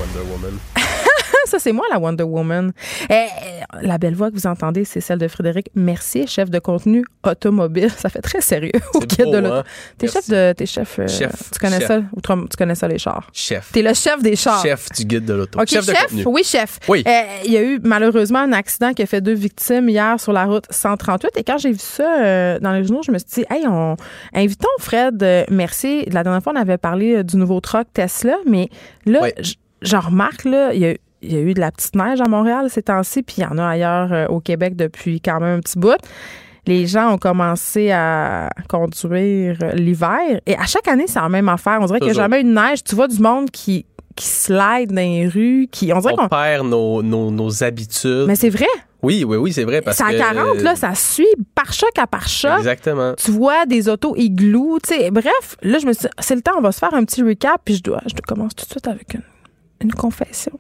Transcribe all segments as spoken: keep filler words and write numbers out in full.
Wonder Woman. Ça, c'est moi, la Wonder Woman. Eh, la belle voix que vous entendez, c'est celle de Frédéric Mercier, chef de contenu automobile. Ça fait très sérieux au C'est guide beau, de l'auto. hein? T'es chef de... T'es chef, euh, Chef. Tu connais Chef. ça? Ou tu tu connais ça, les chars? Chef. T'es le chef des chars. Chef du guide de l'auto. OK, chef chef, de contenu. oui, chef. Oui. Euh, il y a eu malheureusement un accident qui a fait deux victimes hier sur la route cent trente-huit. Et quand j'ai vu ça euh, dans les journaux, je me suis dit, hey, on... invitons Fred euh, Mercier. La dernière fois, on avait parlé euh, du nouveau truck Tesla, mais là, Oui. j- je remarque, là, il y a Il y a eu de la petite neige à Montréal ces temps-ci, puis il y en a ailleurs euh, au Québec depuis quand même un petit bout. Les gens ont commencé à conduire euh, l'hiver. Et à chaque année, c'est la même affaire. On dirait qu'il n'y a Toujours. jamais eu de neige. Tu vois du monde qui, qui slide dans les rues. Qui, on dirait On qu'on... perd nos, nos, nos habitudes. Mais c'est vrai. Oui, oui, oui, c'est vrai. Parce C'est à que, quarante, là, ça suit pare-choc à pare-choc. Exactement. Tu vois des autos igloo. Tu sais, bref, là, je me suis dit, c'est le temps, on va se faire un petit recap. Puis je dois, je dois commencer tout de suite avec une, une confession.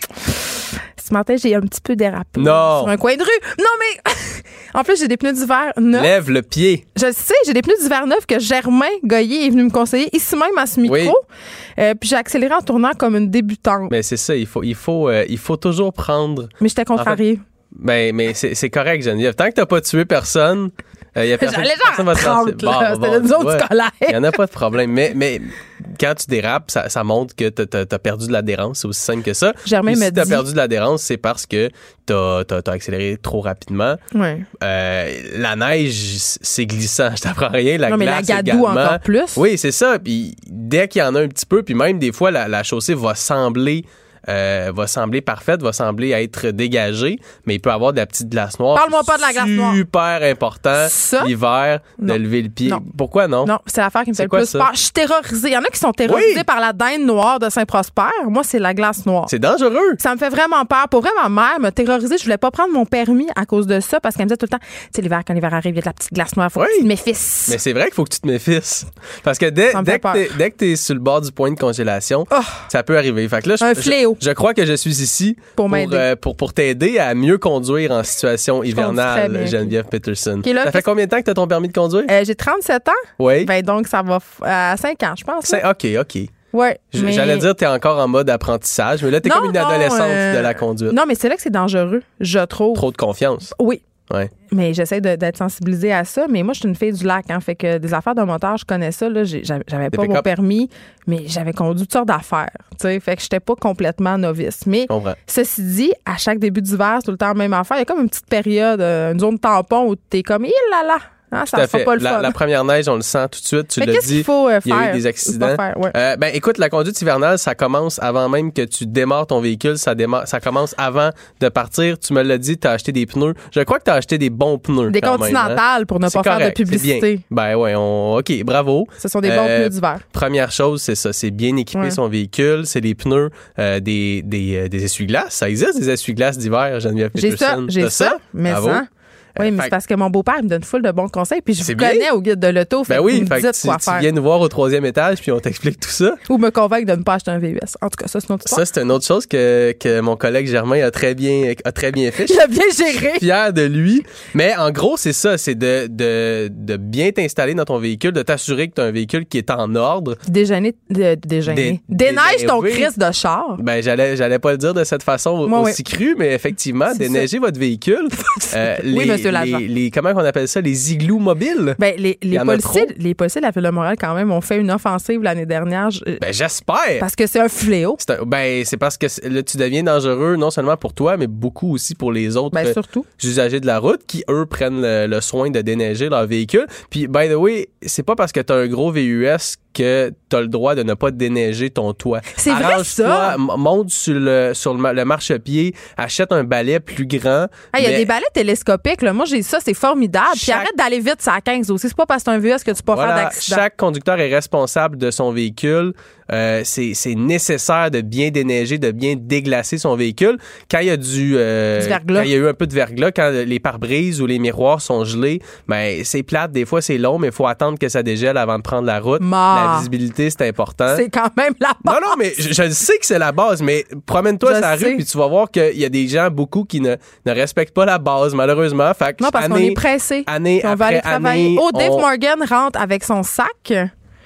Ce matin, j'ai un petit peu dérapé Non. sur un coin de rue. Non, mais en plus, j'ai des pneus d'hiver neufs. Lève le pied. Je le sais, j'ai des pneus d'hiver neufs que Germain Goyer est venu me conseiller ici même à ce micro. Oui. Euh, puis j'ai accéléré en tournant comme une débutante. Mais, Mais c'est ça, il faut, il faut, euh, il faut toujours prendre. j'étais contrariée. Ben, mais c'est, c'est correct, Geneviève. Tant que t'as pas tué personne, il y a personne, J'allais genre personne va à te lancer. trente, là. Bon, C'était bon, une zone ouais. scolaire. Il y en a pas de problème. Mais, mais quand tu dérapes, ça, ça montre que t'as, t'as, t'as perdu de l'adhérence. C'est aussi simple que ça. Germain Puis me si t'as dit- perdu de l'adhérence, c'est parce que t'as, t'as, t'as accéléré trop rapidement. Ouais. Euh, la neige, c'est glissant. Je t'apprends rien. La Non, mais la glace gadoue également. encore plus. Oui, c'est ça. Puis dès qu'il y en a un petit peu, puis même des fois, la, la chaussée va sembler... Euh, va sembler parfaite, va sembler être dégagée, mais il peut y avoir de la petite glace noire. Parle-moi pas de la glace noire. Super important, Ça? l'hiver, de Non. lever le pied. Non. Pourquoi non? Non, c'est l'affaire qui me C'est fait le quoi plus ça? peur. Je suis terrorisée. Il y en a qui sont terrorisés Oui. par la dinde noire de Saint-Prosper. Moi, c'est la glace noire. C'est dangereux. Ça me fait vraiment peur. Pour vrai, ma mère m'a terrorisée. Je voulais pas prendre mon permis à cause de ça parce qu'elle me disait tout le temps, tu sais, l'hiver, quand l'hiver arrive, il y a de la petite glace noire. Faut Oui. que tu te méfies. Mais c'est vrai qu'il faut que tu te méfies. Parce que dès, Ça me dès, fait que peur. t'es, dès que t'es sur le bord du point de congélation, Oh. ça peut arriver. Fait que là, je, Un je- fléau. Je, crois que je suis ici Pour pour, m'aider. euh, pour, pour t'aider à mieux conduire en situation très hivernale, bien. Geneviève Peterson. Ok, là, ça fait qu'est-ce- combien de temps que tu as ton permis de conduire? Euh, j'ai trente-sept ans. oui. Ben, donc, ça va f- à cinq ans, je pense. C'est- là. OK, OK. Ouais. J- mais- J'allais dire, t'es encore en mode apprentissage, mais là, t'es Non, comme une non, adolescente euh, de la conduite. Non, mais c'est là que c'est dangereux, je trouve. Trop de confiance. Oui. Ouais. Mais j'essaie de- d'être sensibilisée à ça. Mais moi, je suis une fille du lac. Hein, fait que des affaires de moteur, je connais ça. Là, j'ai- j'avais j'avais pas Des mon pick-up. permis, mais j'avais conduit toutes sortes d'affaires. tu sais. Fait que j'étais pas complètement novice. Mais Je comprends. ceci dit, à chaque début d'hiver, c'est tout le temps la même affaire. Il y a comme une petite période, euh, une zone tampon où t'es comme, il là là. Hein, Tout ça à ne fera fait. pas le La, fun. la première neige, on le sent tout de suite. Tu Mais l'as qu'est-ce dit. qu'il faut euh, Il y a eu faire? des Ou pas accidents. faire? Ouais. Euh, ben, écoute, la conduite hivernale, ça commence avant même que tu démarres ton véhicule. Ça, démarre, ça commence avant de partir. Tu me l'as dit, tu as acheté des pneus. Je crois que tu as acheté des bons pneus. Des quand même, hein. continentales pour ne C'est pas faire de correct, c'est publicité. bien. Ben ouais, on... OK, bravo. Ce sont des bons Euh, pneus d'hiver. Première chose, c'est ça, c'est bien équiper Ouais. son véhicule. C'est des pneus, euh, des, des, euh, des essuie-glaces. Ça existe, des essuie-glaces d'hiver, Geneviève J'ai ça, Peterson. j'ai T'as ça, mais Bravo. ça. Oui, mais fait c'est parce que mon beau-père me donne full de bons conseils, puis je C'est vous bien. connais au guide de l'auto, fait Ben que oui, vous me fait que dites tu, quoi tu faire. viens nous voir au troisième étage, puis on t'explique tout ça. Ou me convaincre de ne pas acheter un V U S. En tout cas, ça, c'est une autre histoire. Ça, c'est une autre chose que, que mon collègue Germain a très bien, a très bien fait. Je Il a bien géré. suis fier de lui. Mais en gros, c'est ça, c'est de, de, de bien t'installer dans ton véhicule, de t'assurer que tu as un véhicule qui est en ordre. Déjeuner, de, déjeuner. Dé- Déneige ton déneiger. crise de char. Ben, j'allais, j'allais pas le dire de cette façon Moi, aussi crue, mais effectivement, C'est déneiger votre véhicule. Euh, Oui, monsieur l'agent. les, les, comment on appelle ça? Les igloos mobiles? Ben, les, Il y les, en a policiers, trop. les policiers de la Ville de Montréal, quand même, ont fait une offensive l'année dernière. je- Ben, j'espère. parce que c'est un fléau. C'est un- ben, c'est parce que c'est- là, tu deviens dangereux non seulement pour toi, mais beaucoup aussi pour les autres Ben, euh, surtout. usagers de la route qui, eux, prennent le, le soin de déneiger leur véhicule. Puis, by the way, c'est pas parce que t'as un gros V U S que t'as le droit de ne pas déneiger ton toit. C'est vrai, Arrange-toi, ça. m- monte sur le, sur le, ma- le marchepied, achète un balai plus grand. Ah, il y a mais- des balais télescopiques. Là. Moi, j'ai ça, c'est formidable. Puis Chaque- arrête d'aller vite, c'est à quinze aussi. C'est pas parce que c'est un V U S que tu peux pas faire Voilà, d'accident. chaque conducteur est responsable de son véhicule. Euh, c'est, c'est nécessaire de bien déneiger, de bien déglacer son véhicule. Quand il y a du, euh, Du verglas. quand il y a eu un peu de verglas, quand les pare-brises ou les miroirs sont gelés, ben c'est plate. Des fois, c'est long, mais il faut attendre que ça dégèle avant de prendre la route. Ma. La visibilité, c'est important. C'est quand même la Non, base. non, mais je, je le sais que c'est la base, mais promène-toi Je sur la sais. rue puis tu vas voir qu'il y a des gens, beaucoup, qui ne, ne respectent pas la base, malheureusement. Fait que Non, parce qu'on année- est pressé. année Puis on va après aller travailler. année, Oh, Dave on- Morgan rentre avec son sac.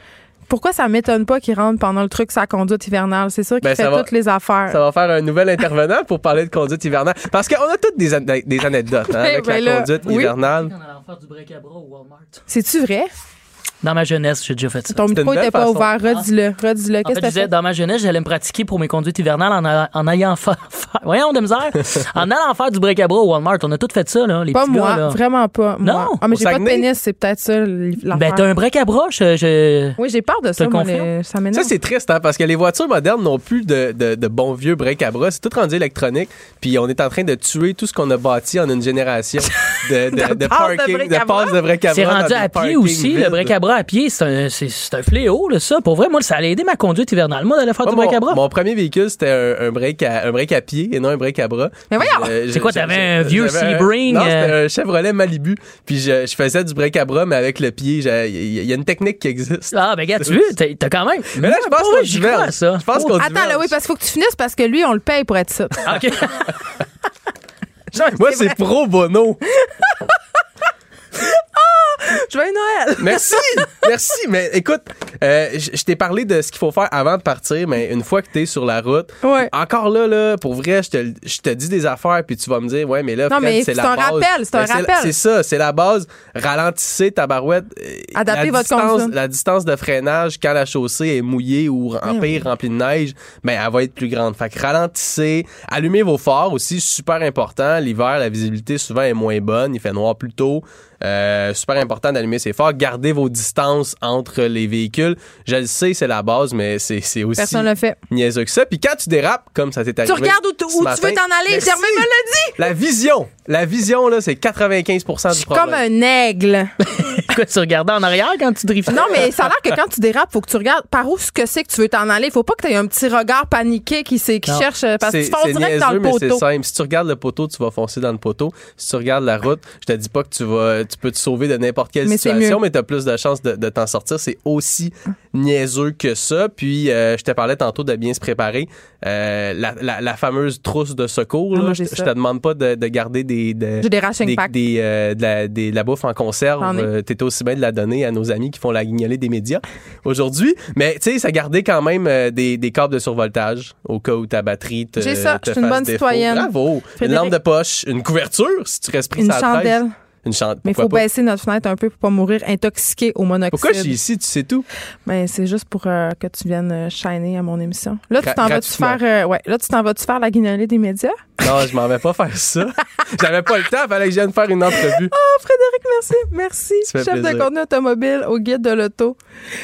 Pourquoi ça m'étonne pas qu'il rentre pendant le truc sa conduite hivernale? C'est sûr qu'il Ben, fait ça va- toutes les affaires. Ça va faire un nouvel intervenant pour parler de conduite hivernale. Parce qu'on a toutes des, an- des anecdotes hein, avec Ben la là, conduite oui. hivernale. On allait faire du break-à-bras au Walmart. C'est-tu vrai? Dans ma jeunesse, j'ai déjà fait ça. Ton C'était micro une belle était pas façon. ouvert. Redis-le. Redis-le. En Qu'est-ce fait, que je disais, t'as fait? dans ma jeunesse, j'allais me pratiquer pour mes conduites hivernales en, a- en ayant fa- fa- voyons de misère, en allant faire du break-à-bras au Walmart. On a tous fait ça, là, les Pas petits moi. gars, là. Vraiment pas. Moi. Non, Ah, mais au j'ai pas de Saguenay? pénis. C'est peut-être ça l'affaire. Ben, t'as un break-à-bras, je... je- Oui, j'ai peur de ça, le moi. confirme? les- Ça m'énerve. Ça, c'est triste, hein, parce que les voitures modernes n'ont plus de, de, de bons vieux break-à-bras. C'est tout rendu électronique. Puis on est en train de tuer tout ce qu'on a bâti en une génération de, de, De de passes de parking, de break-à-bras. passes de break-à-bras. C'est dans rendu des à pied parkings aussi, le vides. break-à-bras à pied, c'est un, c'est, c'est un fléau, là, ça. Pour vrai, moi, ça allait aider ma conduite hivernale. Moi, d'aller faire Moi, du mon, break-à-bras. mon premier véhicule, c'était un, un, break à, un break à pied et non un break à bras. Mais voyons! Euh, C'est quoi, je- t'avais je- un vieux j'avais un- Sebring, Non, euh? c'était un Chevrolet Malibu. Puis je, je faisais du break à bras, mais avec le pied. j'ai- Il y, y a une technique qui existe. Ah, ben, gars, tu veux, t'as, t'as quand même. Mais là, je pense Pour qu'on vrai, j'y crois à diverge. ça. Je pense qu'on Attends, là, oui, parce qu'il faut que tu finisses parce que lui, on le paye pour être ça. OK. Moi, c'est pro bono. Joyeux Noël! Merci, merci. Mais écoute, euh, je je t'ai parlé de ce qu'il faut faire avant de partir, mais une fois que t'es sur la route, Ouais. encore là, là, pour vrai, je te, je te dis des affaires, puis tu vas me dire, ouais, mais là, Non, Fred, mais c'est c'est la un base. rappel, c'est un Ben, rappel. C'est ça, c'est la base. Ralentissez ta barouette. Euh, Adaptez la votre distance, conduite. La distance de freinage, quand la chaussée est mouillée ou en Eh pire remplie de neige, ben, elle va être plus grande. Fait que ralentissez. Allumez vos phares aussi, super important. L'hiver, la visibilité souvent est moins bonne. Il fait noir plus tôt. Euh, super important d'allumer ses phares. Gardez vos distances entre les véhicules. Je le sais, c'est la base, mais c'est, c'est aussi Personne ne le fait. niaiseux que ça. Puis quand tu dérapes, comme ça t'est Tu arrivé regardes où, t- ce où tu matin, veux t'en aller. merci. Germain me l'a dit. La vision. La vision, là, c'est quatre-vingt-quinze pour cent Je du suis problème. comme un aigle. Quoi, tu regardais en arrière quand tu driftais? Non, mais ça a l'air que quand tu dérapes, faut que tu regardes par où ce que c'est que tu veux t'en aller. Faut pas que tu aies un petit regard paniqué qui, sait- qui Non. cherche. Parce que C'est tu fonces c'est direct dans niaiseux, le mais c'est poteau. simple. Si tu regardes le poteau, tu vas foncer dans le poteau. Si tu regardes la route, je te dis pas que tu vas, tu peux te sauver de n'importe quelle Mais c'est situation, mieux. mais tu as plus de chances de, de t'en sortir. C'est aussi niaiseux que ça. Puis, euh, je te parlais tantôt de bien se préparer. Euh, la, la, la fameuse trousse de secours, Ah, là, moi, je, j'ai je ça. te demande pas de, de garder des, de, J'ai des ration des, packs. des, euh, de, la, des- de la bouffe en conserve. J'en ai. Euh, T'étais aussi bien de la donner à nos amis qui font la guignolée des médias aujourd'hui. Mais tu sais, ça gardait quand même euh, des, des câbles de survoltage au cas où ta batterie te J'ai ça. te Je suis une fasse bonne défaut. citoyenne. Bravo. Frédéric. Une lampe de poche, une couverture si tu restes pris Une sur la treize. chandelle. Une chandelle. Mais il faut baisser notre fenêtre un peu pour pas mourir intoxiqué au monoxyde. Pourquoi je suis ici, tu sais tout? Ben, c'est juste pour euh, que tu viennes euh, shiner à mon émission. Là, tu Gra- t'en vas-tu gratuitement. faire, euh, ouais, là, tu t'en vas-tu faire la guignolée des médias? Non, je m'en vais pas faire ça. J'avais pas le temps, fallait que je vienne faire une entrevue. Oh, Frédéric, merci. Merci. Ça fait Chef plaisir. de contenu automobile au guide de l'auto.